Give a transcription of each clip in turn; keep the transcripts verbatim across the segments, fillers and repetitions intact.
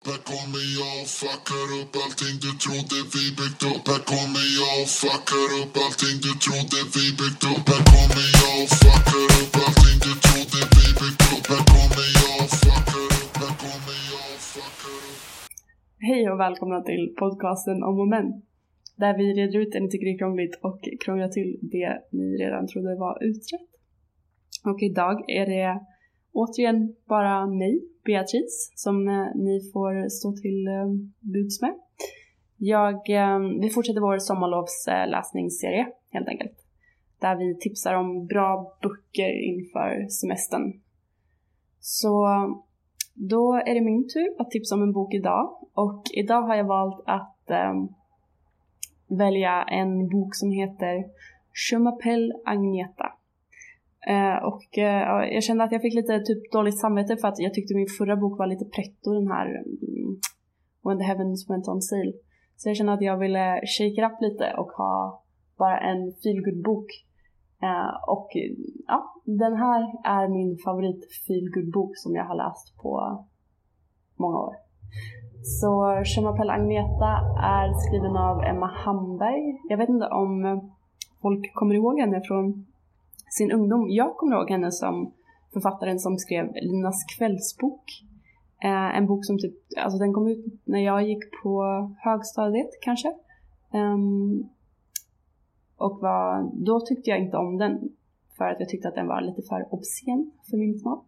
Här kommer jag och fuckar upp allting du trodde vi byggt upp. Här kommer jag och fuckar upp allting du trodde vi byggt upp. Här kommer jag och fuckar upp allting du trodde vi byggt upp. Här kommer jag och fuckar upp, här kommer jag och fuckar upp. Hej och välkomna till podcasten om moment, där vi reder ut det ni tycker är krångligt och krånglar till det ni redan trodde var utrett. Och idag är det återigen bara mig, Beatrice, som eh, ni får stå till eh, buds med. Jag, eh, vi fortsätter vår sommarlovsläsningsserie eh, helt enkelt. Där vi tipsar om bra böcker inför semestern. Så då är det min tur att tipsa om en bok idag. Och idag har jag valt att eh, välja en bok som heter Je m'appelle Agneta. Uh, och uh, jag kände att jag fick lite typ dåligt samvete för att jag tyckte min förra bok var lite pretto, den här um, When the Heavens Went on Sale. Så jag kände att jag ville shake it up lite och ha bara en feelgood bok. Uh, och ja, den här är min favorit feelgood bok som jag har läst på många år. Så Je m'appelle Agneta är skriven av Emma Hamberg. Jag vet inte om folk kommer ihåg henne från sin ungdom. Jag kommer ihåg henne som författaren som skrev Linas kvällsbok. Eh, en bok som typ, alltså den kom ut när jag gick på högstadiet kanske. Um, och var, då tyckte jag inte om den. För att jag tyckte att den var lite för obscen för min smak.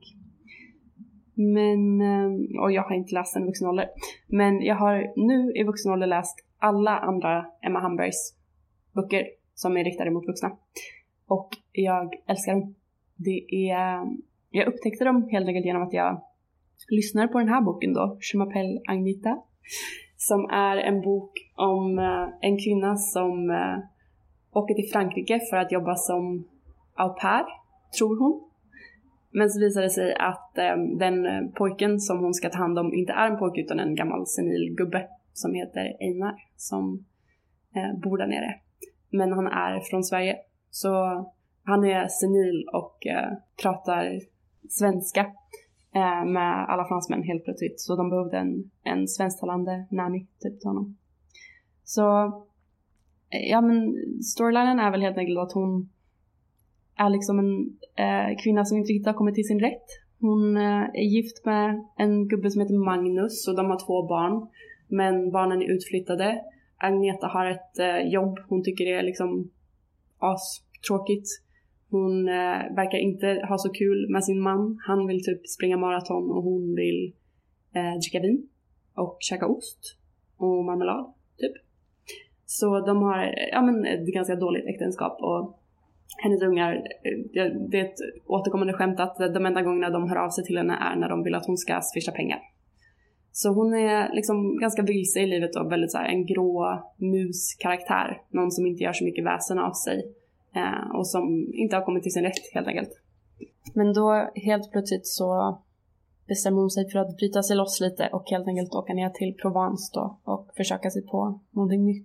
Men, och jag har inte läst den i vuxen ålder. Men jag har nu i vuxen ålder läst alla andra Emma Hambergs böcker som är riktade mot vuxna. Och jag älskar dem. Det är, jag upptäckte dem helt enkelt genom att jag lyssnar på den här boken då. Je m'appelle Agneta. Som är en bok om en kvinna som åker till Frankrike för att jobba som au pair, tror hon. Men så visar det sig att den pojken som hon ska ta hand om inte är en pojke utan en gammal senil gubbe som heter Einar. Som bor där nere. Men han är från Sverige. Så han är senil och eh, pratar svenska eh, med alla fransmän helt plötsligt. Så de behövde en, en svensktalande nanny typ till honom. Så eh, ja, men storylinen är väl helt enkelt att hon är liksom en eh, kvinna som inte riktigt har kommit till sin rätt. Hon eh, är gift med en gubbe som heter Magnus och de har två barn. Men barnen är utflyttade. Agneta har ett eh, jobb hon tycker är liksom as tråkigt. Hon eh, verkar inte ha så kul med sin man. Han vill typ springa maraton och hon vill eh, dricka vin och käka ost och marmelad typ. Så de har ja, men ett ganska dåligt äktenskap och hennes ungar, det är ett återkommande skämt att de enda gångerna de hör av sig till henne är när de vill att hon ska swisha pengar. Så hon är liksom ganska vilse i livet och väldigt så här en grå muskaraktär. Någon som inte gör så mycket väsen av sig. Eh, och som inte har kommit till sin rätt helt enkelt. Men då helt plötsligt så bestämmer hon sig för att bryta sig loss lite. Och helt enkelt åka ner till Provence då. Och försöka sig på någonting nytt.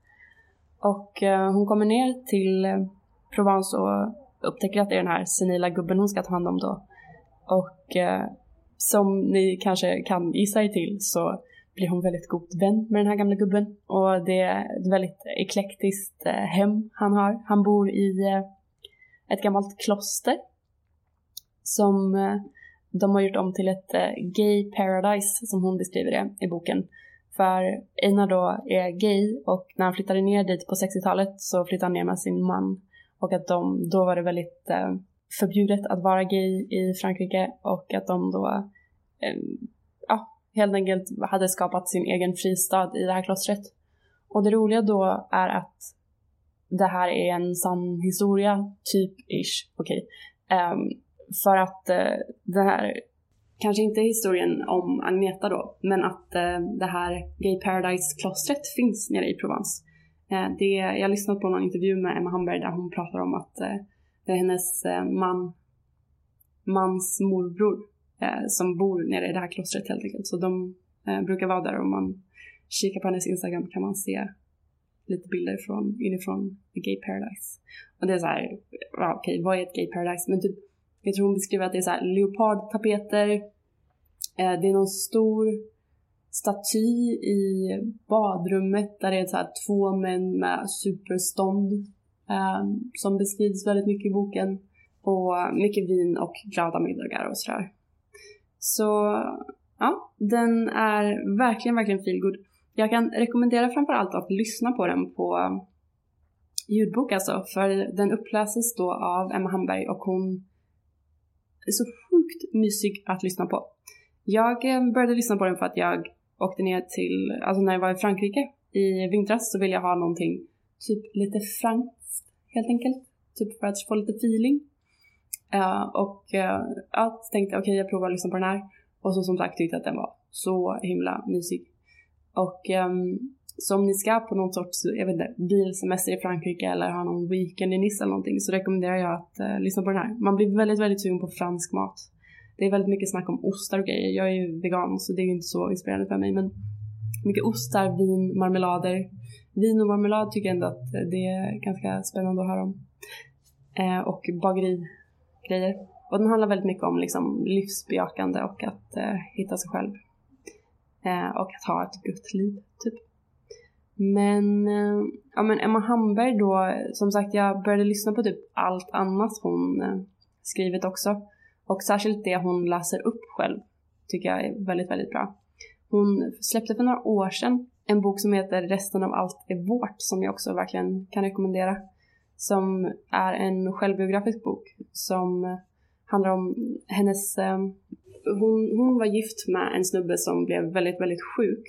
Och eh, hon kommer ner till eh, Provence och upptäcker att det är den här senila gubben hon ska ta hand om då. Och eh, som ni kanske kan gissa er till så blir hon väldigt god vän med den här gamla gubben. Och det är ett väldigt eklektiskt eh, hem han har. Han bor i eh, ett gammalt kloster. Som eh, de har gjort om till ett eh, gay paradise, som hon beskriver det i boken. För Einar då är gay och när han flyttade ner dit på sextiotalet så flyttade han ner med sin man. Och att de, då var det väldigt eh, förbjudet att vara gay i Frankrike. Och att de då eh, ja, helt enkelt hade skapat sin egen fristad i det här klostret. Och det roliga då är att det här är en sann historia, typ-ish, okej. Okay. Um, för att uh, det här, kanske inte historien om Agneta då, men att uh, det här Gay Paradise-klostret finns nere i Provence. Uh, det, jag lyssnade på någon intervju med Emma Hamberg där hon pratar om att uh, det är hennes uh, man, mans morbror som bor nere i det här klostret helt enkelt. Så de eh, brukar vara där och om man kikar på hennes Instagram kan man se lite bilder från inifrån The Gay Paradise. Och det är så här, ja, okej, vad är ett Gay Paradise? Men typ, jag tror hon beskriver att det är så här leopardtapeter. Eh, det är någon stor staty i badrummet där det är så här två män med superstånd eh, som beskrivs väldigt mycket i boken. Och mycket vin och glada middagar och sådär. Så ja, den är verkligen, verkligen feel good. Jag kan rekommendera framförallt att lyssna på den på ljudbok alltså. För den uppläses då av Emma Hamberg och hon är så sjukt mysig att lyssna på. Jag började lyssna på den för att jag åkte ner till, alltså när jag var i Frankrike i vintras så ville jag ha någonting typ lite franskt helt enkelt. Typ för att få lite feeling. Uh, och uh, ja, så tänkte jag okej okay, jag provar att lyssna på den här. Och så som sagt tyckte jag att den var så himla mysig. Och um, så om ni ska på någon sorts, jag vet inte, bilsemester i Frankrike eller har någon weekend i Nice eller någonting så rekommenderar jag att uh, lyssna på den här. Man blir väldigt, väldigt sugen på fransk mat. Det är väldigt mycket snack om ostar och grejer. Jag är ju vegan så det är ju inte så inspirerande för mig. Men mycket ostar, vin, marmelader. Vin och marmelad tycker jag ändå att det är ganska spännande att höra om. Eh, och bagerigrejer. Och den handlar väldigt mycket om liksom, livsbejakande och att eh, hitta sig själv. Eh, och att ha ett gott liv, typ. Men, eh, ja, men Emma Hamberg då, som sagt jag började lyssna på typ allt annat hon eh, skrivit också. Och särskilt det hon läser upp själv tycker jag är väldigt, väldigt bra. Hon släppte för några år sedan en bok som heter Resten av allt är vårt som jag också verkligen kan rekommendera. Som är en självbiografisk bok som handlar om hennes... Eh, hon, hon var gift med en snubbe som blev väldigt, väldigt sjuk.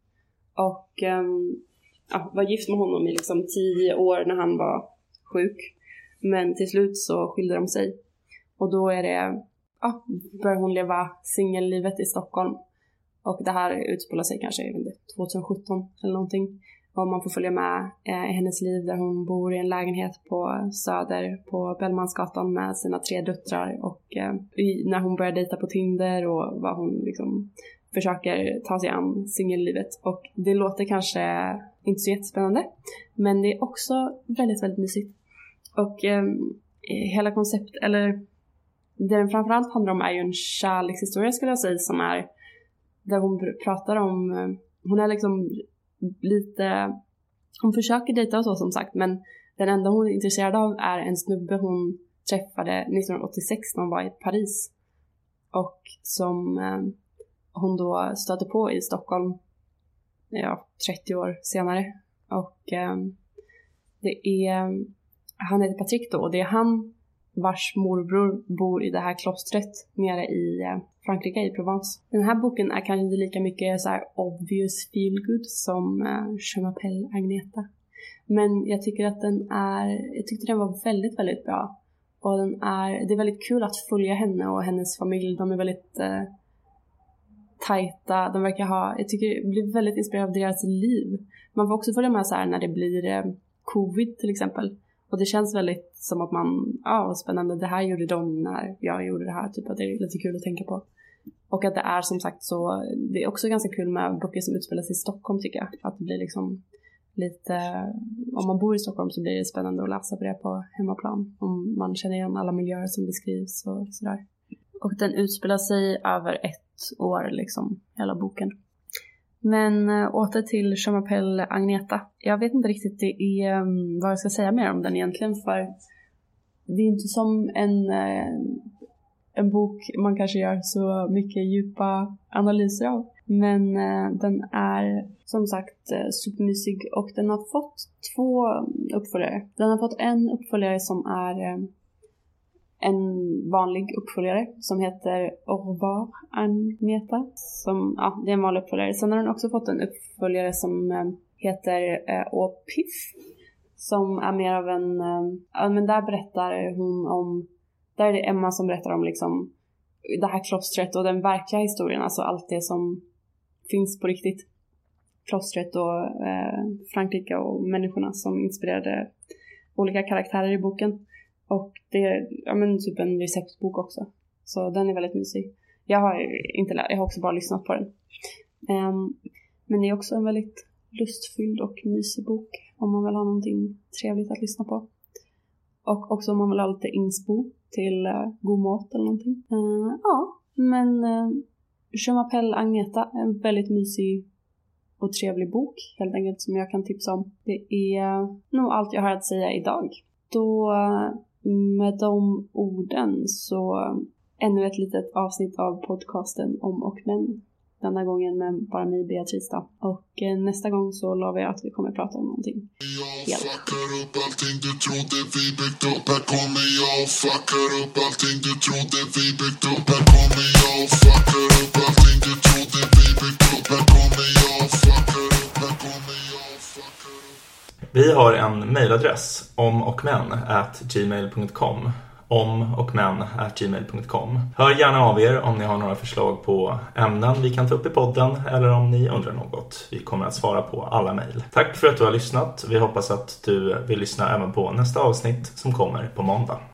Och eh, ja, var gift med honom i liksom tio år när han var sjuk. Men till slut så skilde de sig. Och då är det, ja, börjar hon leva singellivet i Stockholm. Och det här utspelar sig kanske jag vet inte, tjugohundrasjutton eller någonting. Och man får följa med eh, i hennes liv där hon bor i en lägenhet på Söder på Bellmansgatan med sina tre döttrar. Och eh, i, när hon börjar dejta på Tinder och vad hon liksom försöker ta sig an singellivet. Och det låter kanske inte så jättespännande. Men det är också väldigt, väldigt mysigt. Och eh, hela koncept, eller... Det den framförallt handlar om är ju en kärlekshistoria skulle jag säga som är där hon pratar om, hon är liksom lite, hon försöker dejta och så som sagt men den enda hon är intresserad av är en snubbe hon träffade nittonhundraåttiosex när hon var i Paris och som eh, hon då stötte på i Stockholm ja, trettio år senare och eh, det är, han heter Patrick då och det är han vars morbror bor i det här klostret nere i Frankrike, i Provence. Den här boken är kanske inte lika mycket så här obvious feel good som uh, Je m'appelle Agneta. Men jag tycker att den är, jag tyckte den var väldigt, väldigt bra. Och den är, det är väldigt kul att följa henne och hennes familj. De är väldigt uh, tajta. De verkar ha, jag tycker det blir väldigt inspirerad av deras liv. Man får också följa med så här när det blir uh, covid till exempel. Och det känns väldigt som att man, ja vad spännande, det här gjorde de när jag gjorde det här. Typ att det är lite kul att tänka på. Och att det är som sagt så, det är också ganska kul med böcker som utspelas i Stockholm tycker jag. Att det blir liksom lite, om man bor i Stockholm så blir det spännande att läsa på det på hemmaplan. Om man känner igen alla miljöer som beskrivs och sådär. Och den utspelar sig över ett år liksom, hela boken. Men äh, åter till Je m'appelle Agneta. Jag vet inte riktigt det är, um, vad jag ska säga mer om den egentligen. För det är inte som en, äh, en bok man kanske gör så mycket djupa analyser av. Men äh, den är som sagt äh, supermysig. Och den har fått två uppföljare. Den har fått en uppföljare som är... Äh, en vanlig uppföljare som heter Au revoir Agneta. Som, ja, det är en vanlig uppföljare. Sen har den också fått en uppföljare som äh, heter äh, Au pif. Som är mer av en... Äh, ja, men där berättar hon om... Där är det Emma som berättar om liksom det här klostret och den verkliga historien. Alltså allt det som finns på riktigt. Klostret och äh, Frankrike och människorna som inspirerade olika karaktärer i boken. Och det är ja, men typ en receptbok också. Så den är väldigt mysig. Jag har inte lä- jag har också bara lyssnat på den. Um, men det är också en väldigt lustfylld och mysig bok. Om man vill ha någonting trevligt att lyssna på. Och också om man vill ha lite inspo till uh, god mat eller någonting. Uh, ja, men uh, Je m'appelle Agneta, en väldigt mysig och trevlig bok helt enkelt som jag kan tipsa om. Det är nog allt jag har att säga idag. Då med de orden så ännu ett litet avsnitt av podcasten Om och män. Denna gången med bara mig, Beatrice då. Och eh, nästa gång så lovar jag att vi kommer prata om någonting Jag fuckar upp allting du trodde vi byggt upp. Här kommer jag och fuckar upp allting du trodde vi byggt upp. Här kommer jag och fuckar upp allting du trodde vi byggt upp. Här kommer jag och fuckar upp. Här kommer jag och fuckar upp. Vi har en mejladress omochmän at gmail punkt com. om och män at gmail punkt com. Hör gärna av er om ni har några förslag på ämnen vi kan ta upp i podden eller om ni undrar något. Vi kommer att svara på alla mejl. Tack för att du har lyssnat. Vi hoppas att du vill lyssna även på nästa avsnitt som kommer på måndag.